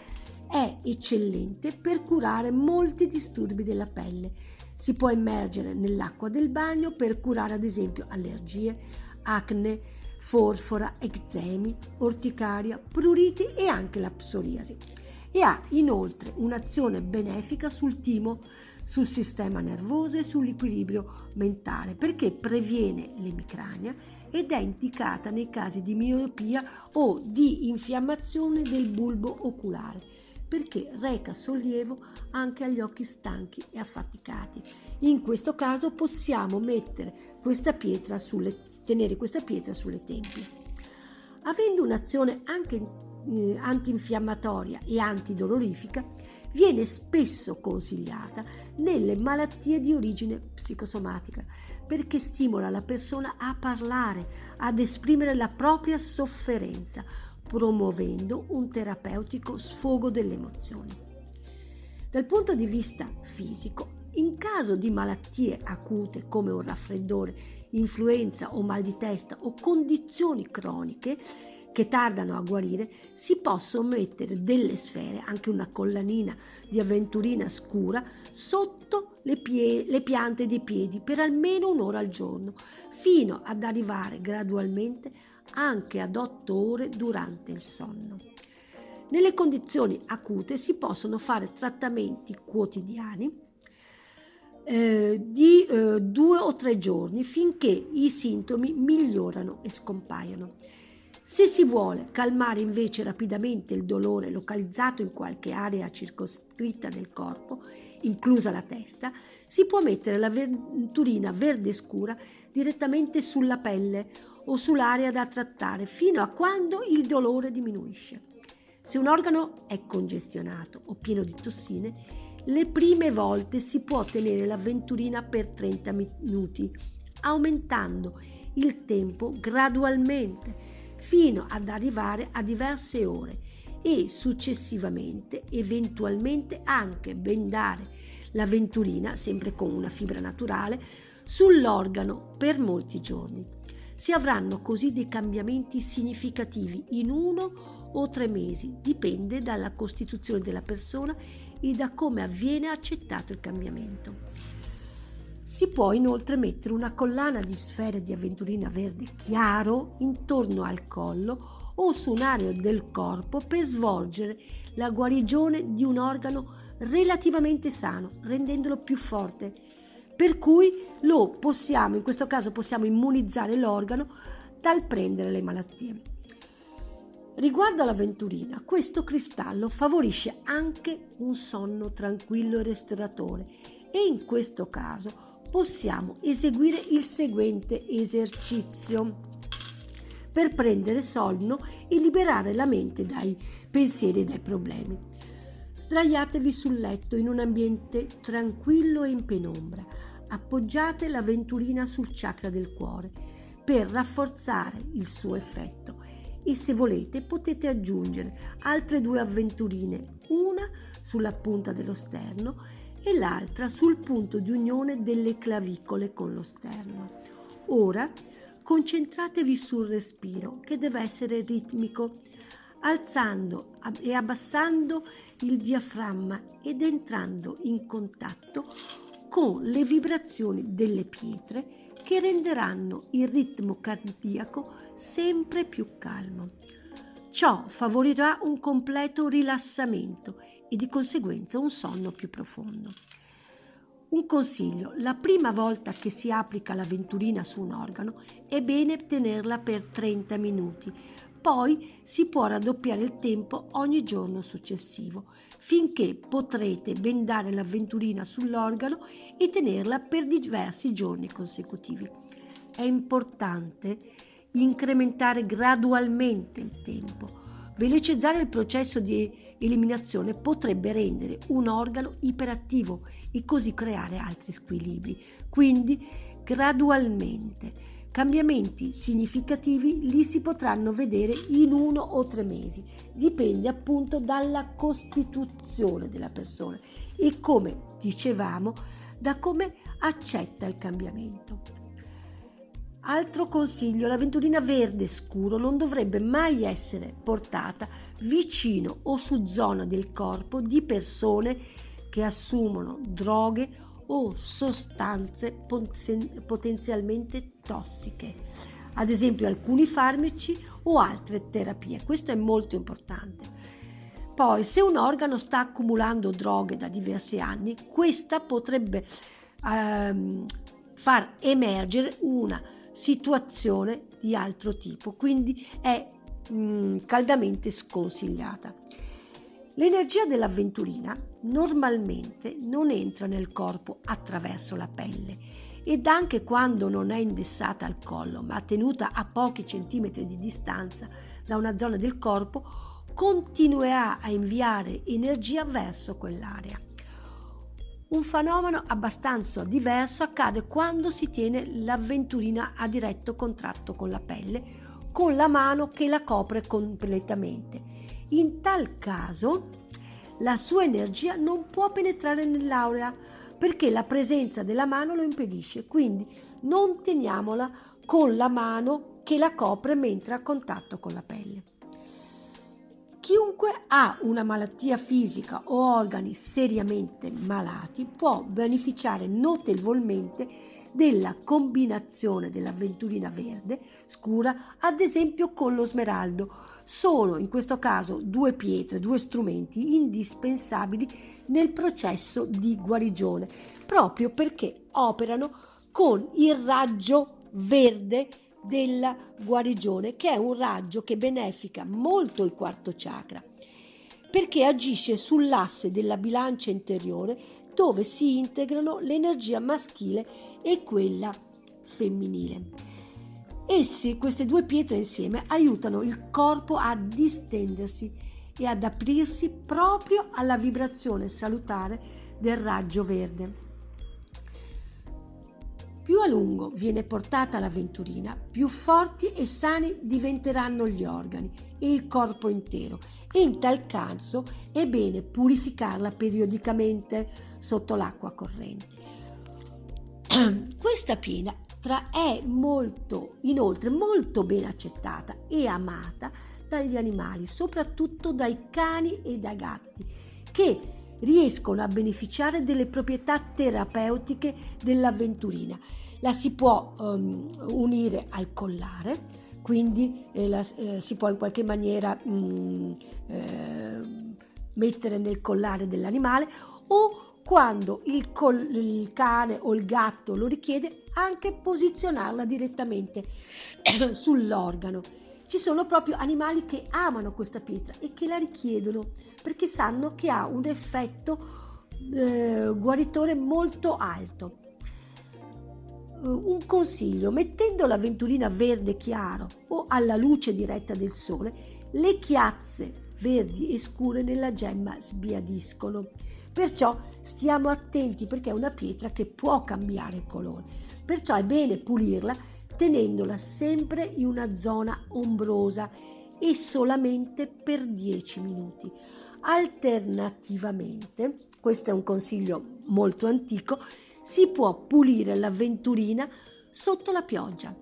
È eccellente per curare molti disturbi della pelle. Si può immergere nell'acqua del bagno per curare ad esempio allergie, acne, forfora, eczemi, orticaria, pruriti e anche la psoriasi. E ha inoltre un'azione benefica sul timo, sul sistema nervoso e sull'equilibrio mentale, perché previene l'emicrania ed è indicata nei casi di miopia o di infiammazione del bulbo oculare, perché reca sollievo anche agli occhi stanchi e affaticati. In questo caso possiamo mettere questa pietra sulle, tenere questa pietra sulle tempie. Avendo un'azione anche eh, antinfiammatoria e antidolorifica, viene spesso consigliata nelle malattie di origine psicosomatica, perché stimola la persona a parlare, ad esprimere la propria sofferenza, promuovendo un terapeutico sfogo delle emozioni. Dal punto di vista fisico, in caso di malattie acute come un raffreddore, influenza o mal di testa o condizioni croniche che tardano a guarire, si possono mettere delle sfere, anche una collanina di avventurina scura, sotto le, pie- le piante dei piedi per almeno un'ora al giorno, fino ad arrivare gradualmente anche ad otto ore durante il sonno. Nelle condizioni acute si possono fare trattamenti quotidiani eh, di eh, due o tre giorni finché i sintomi migliorano e scompaiono. Se si vuole calmare invece rapidamente il dolore localizzato in qualche area circoscritta del corpo, inclusa la testa, si può mettere l'avventurina verde scura direttamente sulla pelle o sull'area da trattare fino a quando il dolore diminuisce. Se un organo è congestionato o pieno di tossine, le prime volte si può tenere l'avventurina per trenta minuti, aumentando il tempo gradualmente fino ad arrivare a diverse ore e successivamente eventualmente anche bendare l'avventurina, sempre con una fibra naturale, sull'organo per molti giorni. Si avranno così dei cambiamenti significativi in uno o tre mesi, dipende dalla costituzione della persona e da come avviene accettato il cambiamento. Si può inoltre mettere una collana di sfere di avventurina verde chiaro intorno al collo o su un'area del corpo per svolgere la guarigione di un organo relativamente sano, rendendolo più forte. Per cui lo possiamo, in questo caso possiamo immunizzare l'organo dal prendere le malattie. Riguardo all'avventurina, questo cristallo favorisce anche un sonno tranquillo e restauratore e in questo caso possiamo eseguire il seguente esercizio per prendere sonno e liberare la mente dai pensieri e dai problemi. Sdraiatevi sul letto in un ambiente tranquillo e in penombra. Appoggiate l'avventurina sul chakra del cuore per rafforzare il suo effetto e se volete potete aggiungere altre due avventurine, una sulla punta dello sterno e l'altra sul punto di unione delle clavicole con lo sterno. Ora concentratevi sul respiro che deve essere ritmico, alzando e abbassando il diaframma ed entrando in contatto con le vibrazioni delle pietre che renderanno il ritmo cardiaco sempre più calmo. Ciò favorirà un completo rilassamento e di conseguenza un sonno più profondo. Un consiglio: la prima volta che si applica l'avventurina su un organo è bene tenerla per trenta minuti, Poi si può raddoppiare il tempo ogni giorno successivo, finché potrete bendare l'avventurina sull'organo e tenerla per diversi giorni consecutivi. È importante incrementare gradualmente il tempo. Velocizzare il processo di eliminazione potrebbe rendere un organo iperattivo e così creare altri squilibri. Quindi, gradualmente. Cambiamenti significativi li si potranno vedere in uno o tre mesi. Dipende appunto dalla costituzione della persona e, come dicevamo, da come accetta il cambiamento. Altro consiglio: l'avventurina verde scuro non dovrebbe mai essere portata vicino o su zona del corpo di persone che assumono droghe o sostanze potenzialmente tossiche, ad esempio alcuni farmaci o altre terapie. Questo è molto importante. Poi, se un organo sta accumulando droghe da diversi anni, questa potrebbe ehm, far emergere una situazione di altro tipo, quindi è mh, caldamente sconsigliata. L'energia dell'avventurina normalmente non entra nel corpo attraverso la pelle ed anche quando non è indessata al collo, ma tenuta a pochi centimetri di distanza da una zona del corpo, continuerà a inviare energia verso quell'area. Un fenomeno abbastanza diverso accade quando si tiene l'avventurina a diretto contatto con la pelle, con la mano che la copre completamente. In tal caso la sua energia non può penetrare nell'aura perché la presenza della mano lo impedisce, quindi non teniamola con la mano che la copre mentre è a contatto con la pelle. Chiunque ha una malattia fisica o organi seriamente malati può beneficiare notevolmente della combinazione dell'avventurina verde scura, ad esempio con lo smeraldo. Sono in questo caso due pietre, due strumenti indispensabili nel processo di guarigione, proprio perché operano con il raggio verde della guarigione, che è un raggio che benefica molto il quarto chakra, perché agisce sull'asse della bilancia interiore dove si integrano l'energia maschile e quella femminile. Essi, queste due pietre insieme, aiutano il corpo a distendersi e ad aprirsi proprio alla vibrazione salutare del raggio verde. Più a lungo viene portata l'avventurina, più forti e sani diventeranno gli organi e il corpo intero, e in tal caso è bene purificarla periodicamente sotto l'acqua corrente. Questa pietra è molto, inoltre molto ben accettata e amata dagli animali, soprattutto dai cani e dai gatti, che riescono a beneficiare delle proprietà terapeutiche dell'avventurina. La si può um, unire al collare, quindi eh, la, eh, si può in qualche maniera um, eh, mettere nel collare dell'animale, o quando il, col- il cane o il gatto lo richiede, anche posizionarla direttamente sull'organo. Ci sono proprio animali che amano questa pietra e che la richiedono perché sanno che ha un effetto eh, guaritore molto alto. Un consiglio: mettendo l'avventurina verde chiaro o alla luce diretta del sole, le chiazze verdi e scure nella gemma sbiadiscono. Perciò stiamo attenti, perché è una pietra che può cambiare colore. Perciò è bene pulirla tenendola sempre in una zona ombrosa e solamente per dieci minuti. Alternativamente, questo è un consiglio molto antico, si può pulire l'avventurina sotto la pioggia.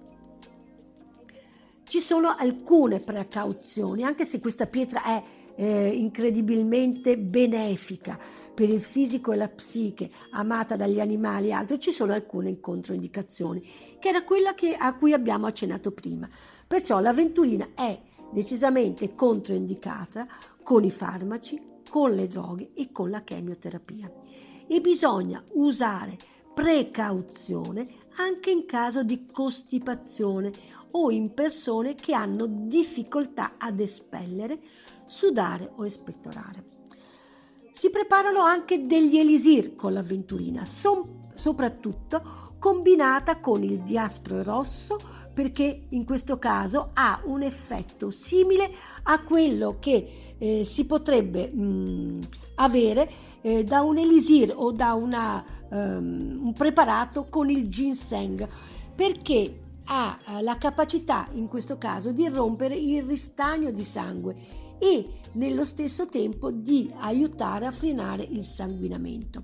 Ci sono alcune precauzioni, anche se questa pietra è eh, incredibilmente benefica per il fisico e la psiche, amata dagli animali e altro. Ci sono alcune controindicazioni, che era quella che, a cui abbiamo accennato prima. Perciò l'avventurina è decisamente controindicata con i farmaci, con le droghe e con la chemioterapia, e bisogna usare precauzione anche in caso di costipazione o in persone che hanno difficoltà ad espellere, sudare o espettorare. Si preparano anche degli elisir con l'avventurina, son, soprattutto combinata con il diaspro rosso, perché in questo caso ha un effetto simile a quello che eh, si potrebbe mh, avere eh, da un elisir o da una, um, un preparato con il ginseng, perché ha eh, la capacità in questo caso di rompere il ristagno di sangue e nello stesso tempo di aiutare a frenare il sanguinamento.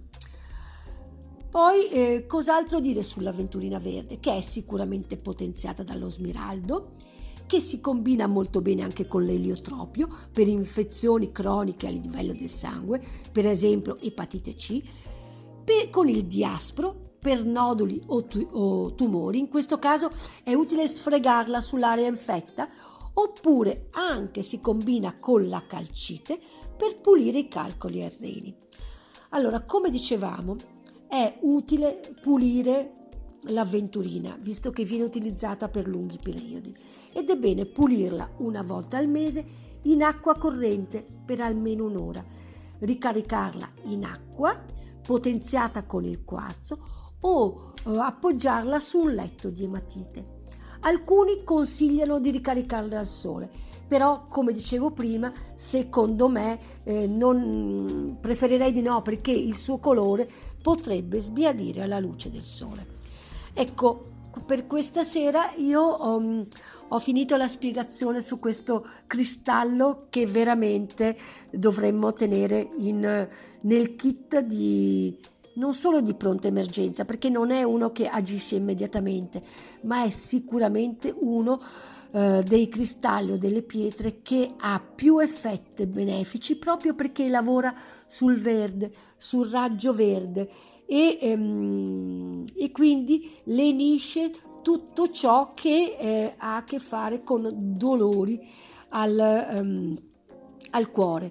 Poi eh, cos'altro dire sull'avventurina verde, che è sicuramente potenziata dallo smeraldo, che si combina molto bene anche con l'eliotropio per infezioni croniche a livello del sangue, per esempio epatite C, per, con il diaspro per noduli o, tu, o tumori. In questo caso è utile sfregarla sull'area infetta, oppure anche si combina con la calcite per pulire i calcoli ai reni. Allora, come dicevamo, è utile pulire l'avventurina, visto che viene utilizzata per lunghi periodi, ed è bene pulirla una volta al mese in acqua corrente per almeno un'ora, ricaricarla in acqua potenziata con il quarzo o eh, appoggiarla su un letto di ematite. Alcuni consigliano di ricaricarla al sole, però come dicevo prima, secondo me eh, non preferirei di no, perché il suo colore potrebbe sbiadire alla luce del sole. Ecco, per questa sera io um, ho finito la spiegazione su questo cristallo che veramente dovremmo tenere in, nel kit di non solo di pronta emergenza, perché non è uno che agisce immediatamente, ma è sicuramente uno eh, dei cristalli o delle pietre che ha più effetti benefici, proprio perché lavora sul verde, sul raggio verde e, ehm, e quindi lenisce tutto ciò che eh, ha a che fare con dolori al, ehm, al cuore.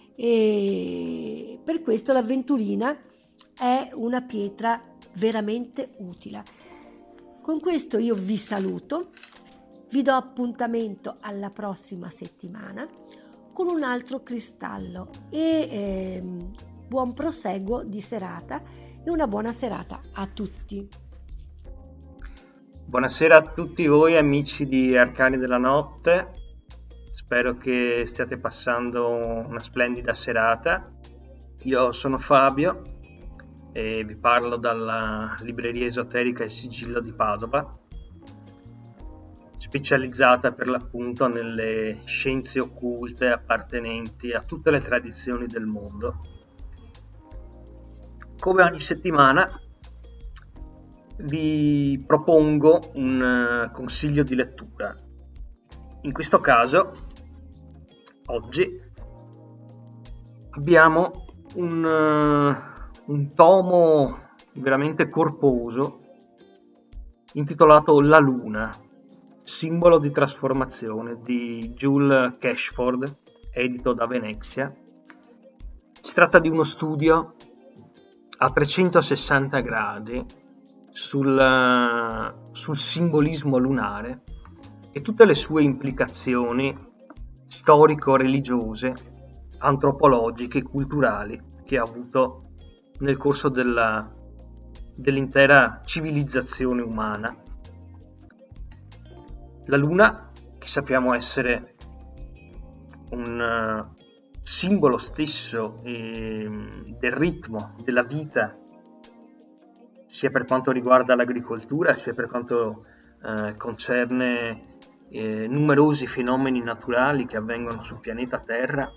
E per questo l'avventurina è una pietra veramente utile. Con questo io vi saluto, vi do appuntamento alla prossima settimana con un altro cristallo e eh, buon proseguo di serata e una buona serata a tutti. Buonasera a tutti voi amici di Arcani della Notte, spero che stiate passando una splendida serata. Io sono Fabio e vi parlo dalla libreria esoterica Il Sigillo di Padova, specializzata per l'appunto nelle scienze occulte appartenenti a tutte le tradizioni del mondo. Come ogni settimana vi propongo un consiglio di lettura. In questo caso, oggi, abbiamo un, un tomo veramente corposo intitolato La Luna, simbolo di trasformazione, di Jules Cashford, edito da Venezia. Si tratta di uno studio a trecentosessanta gradi sul, sul simbolismo lunare e tutte le sue implicazioni storico-religiose, antropologiche e culturali che ha avuto nel corso della, dell'intera civilizzazione umana. La luna, che sappiamo essere un uh, simbolo stesso eh, del ritmo, della vita, sia per quanto riguarda l'agricoltura, sia per quanto eh, concerne eh, numerosi fenomeni naturali che avvengono sul pianeta Terra.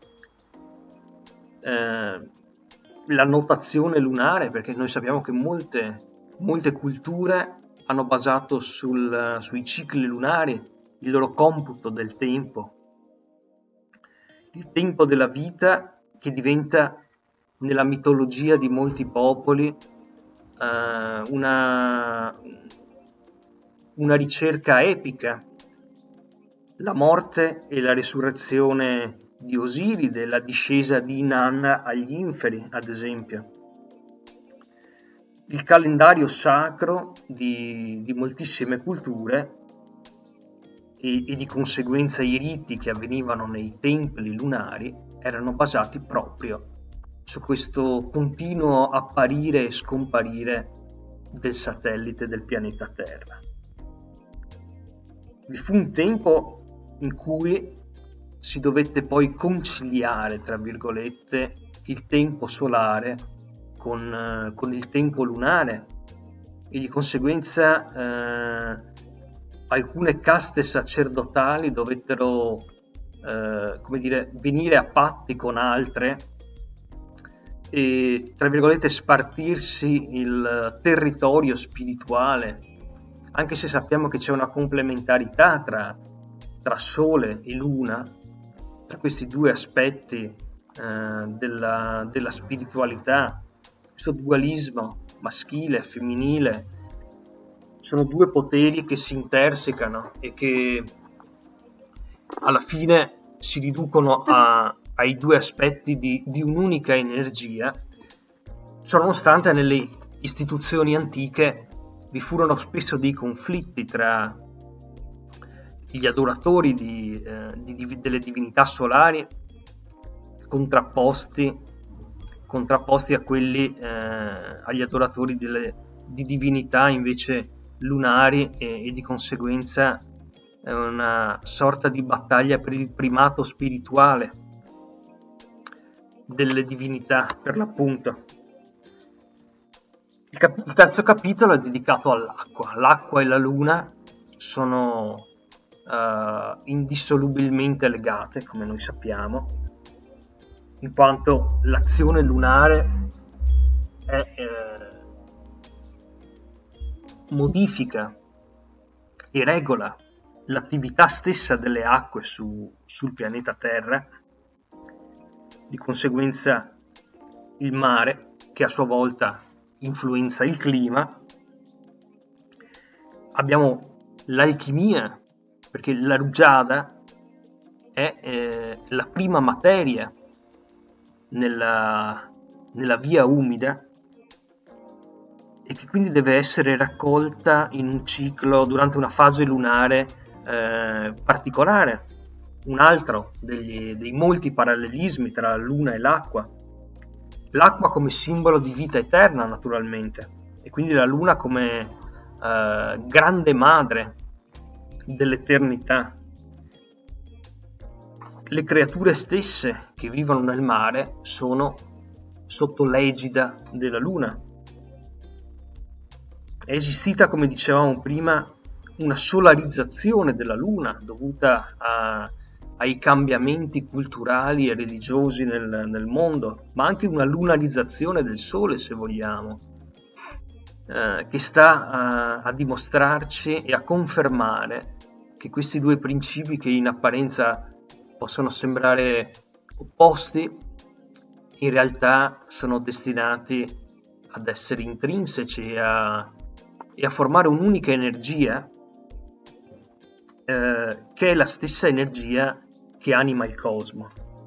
Eh, la notazione lunare, perché noi sappiamo che molte, molte culture hanno basato sul, sui cicli lunari il loro computo del tempo, il tempo della vita, che diventa nella mitologia di molti popoli Uh, una, una ricerca epica. La morte e la risurrezione di Osiride, la discesa di Inanna agli inferi, ad esempio. il calendario sacro di, di moltissime culture e, e di conseguenza i riti che avvenivano nei templi lunari erano basati proprio su questo continuo apparire e scomparire del satellite del pianeta Terra. Vi fu un tempo in cui si dovette poi conciliare, tra virgolette, il tempo solare con, con il tempo lunare e di conseguenza eh, alcune caste sacerdotali dovettero eh, come dire, venire a patti con altre e, tra virgolette, spartirsi il territorio spirituale, anche se sappiamo che c'è una complementarità tra, tra Sole e Luna, tra questi due aspetti eh, della, della spiritualità, questo dualismo maschile e femminile, sono due poteri che si intersecano e che alla fine si riducono a, ai due aspetti di, di un'unica energia. Ciononostante, nelle istituzioni antiche vi furono spesso dei conflitti tra gli adoratori di, eh, di, di, delle divinità solari contrapposti, contrapposti a quelli, eh, agli adoratori delle, di divinità invece lunari e, e di conseguenza è una sorta di battaglia per il primato spirituale delle divinità, per l'appunto. Il, cap- il terzo capitolo è dedicato all'acqua. L'acqua e la luna sono uh, indissolubilmente legate, come noi sappiamo, in quanto l'azione lunare è, eh, modifica e regola l'attività stessa delle acque su, sul pianeta Terra. Di conseguenza il mare, che a sua volta influenza il clima. Abbiamo l'alchimia, perché la rugiada è eh, la prima materia nella, nella via umida e che quindi deve essere raccolta in un ciclo durante una fase lunare eh, particolare. Un altro degli, dei molti parallelismi tra la luna e l'acqua. L'acqua come simbolo di vita eterna, naturalmente, e quindi la luna come eh, grande madre dell'eternità. Le creature stesse che vivono nel mare sono sotto l'egida della luna. È esistita, come dicevamo prima, una solarizzazione della luna dovuta a, ai cambiamenti culturali e religiosi nel, nel mondo, ma anche una lunarizzazione del sole, se vogliamo, eh, che sta a, a dimostrarci e a confermare che questi due principi, che in apparenza possono sembrare opposti, in realtà sono destinati ad essere intrinseci e a, e a formare un'unica energia, eh, che è la stessa energia che anima il cosmo.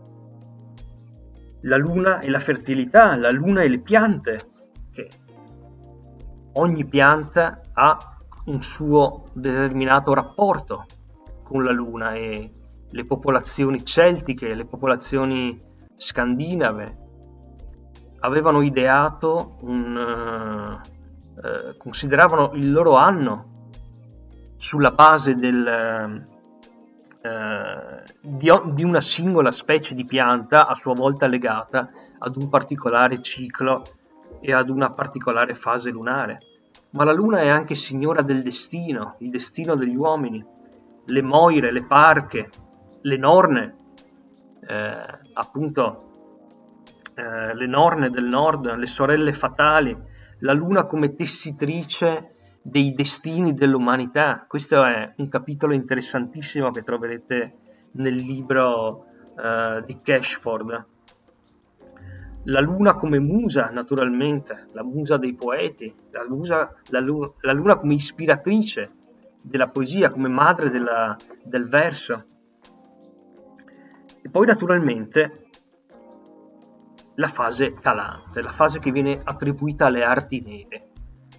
La luna e la fertilità, la luna e le piante, che ogni pianta ha un suo determinato rapporto con la luna, e le popolazioni celtiche, le popolazioni scandinave avevano ideato un eh, consideravano il loro anno sulla base del eh, di, di una singola specie di pianta, a sua volta legata ad un particolare ciclo e ad una particolare fase lunare. Ma la luna è anche signora del destino, il destino degli uomini. Le moire, le parche, le norne, eh, appunto eh, le norne del nord, le sorelle fatali, la luna come tessitrice dei destini dell'umanità. Questo è un capitolo interessantissimo che troverete nel libro eh, di Cashford. La luna come musa, naturalmente, la musa dei poeti, la, musa, la, luna, la luna come ispiratrice della poesia, come madre della, del verso. E poi naturalmente la fase calante, la fase che viene attribuita alle arti nere.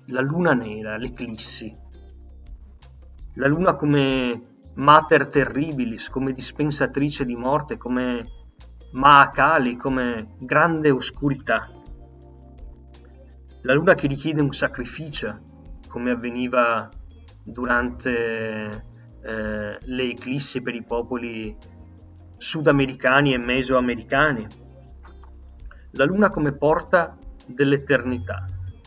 la luna nera, l'eclissi, la luna come mater terribilis, come dispensatrice di morte, come Mahakali, come grande oscurità, la luna che richiede un sacrificio, come avveniva durante eh, le eclissi per i popoli sudamericani e mesoamericani, la luna come porta dell'eternità,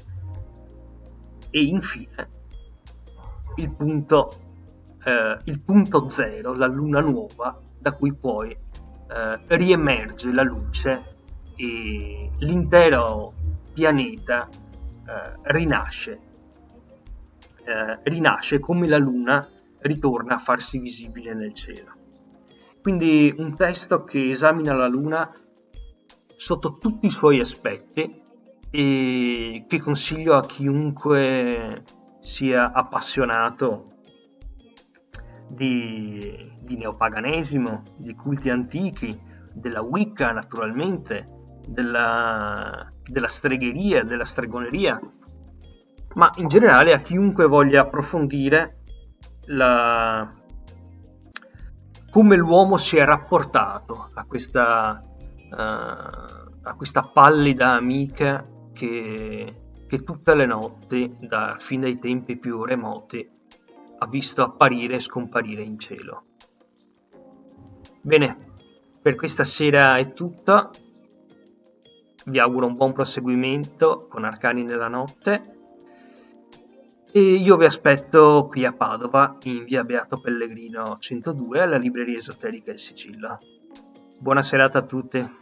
e infine il punto, eh, il punto zero, la luna nuova, da cui poi eh, riemerge la luce e l'intero pianeta eh, rinasce, eh, rinasce come la luna ritorna a farsi visibile nel cielo. Quindi un testo che esamina la luna sotto tutti i suoi aspetti e che consiglio a chiunque sia appassionato di, di neopaganesimo, di culti antichi, della Wicca naturalmente, della, della stregheria, della stregoneria, ma in generale a chiunque voglia approfondire la, come l'uomo si è rapportato a questa, uh, a questa pallida amica che, che tutte le notti, da fin dai tempi più remoti, ha visto apparire e scomparire in cielo. Bene, per questa sera è tutto. Vi auguro un buon proseguimento con Arcani nella notte e io vi aspetto qui a Padova in via Beato Pellegrino centodue alla libreria esoterica Il Sigillo. Buona serata a tutti.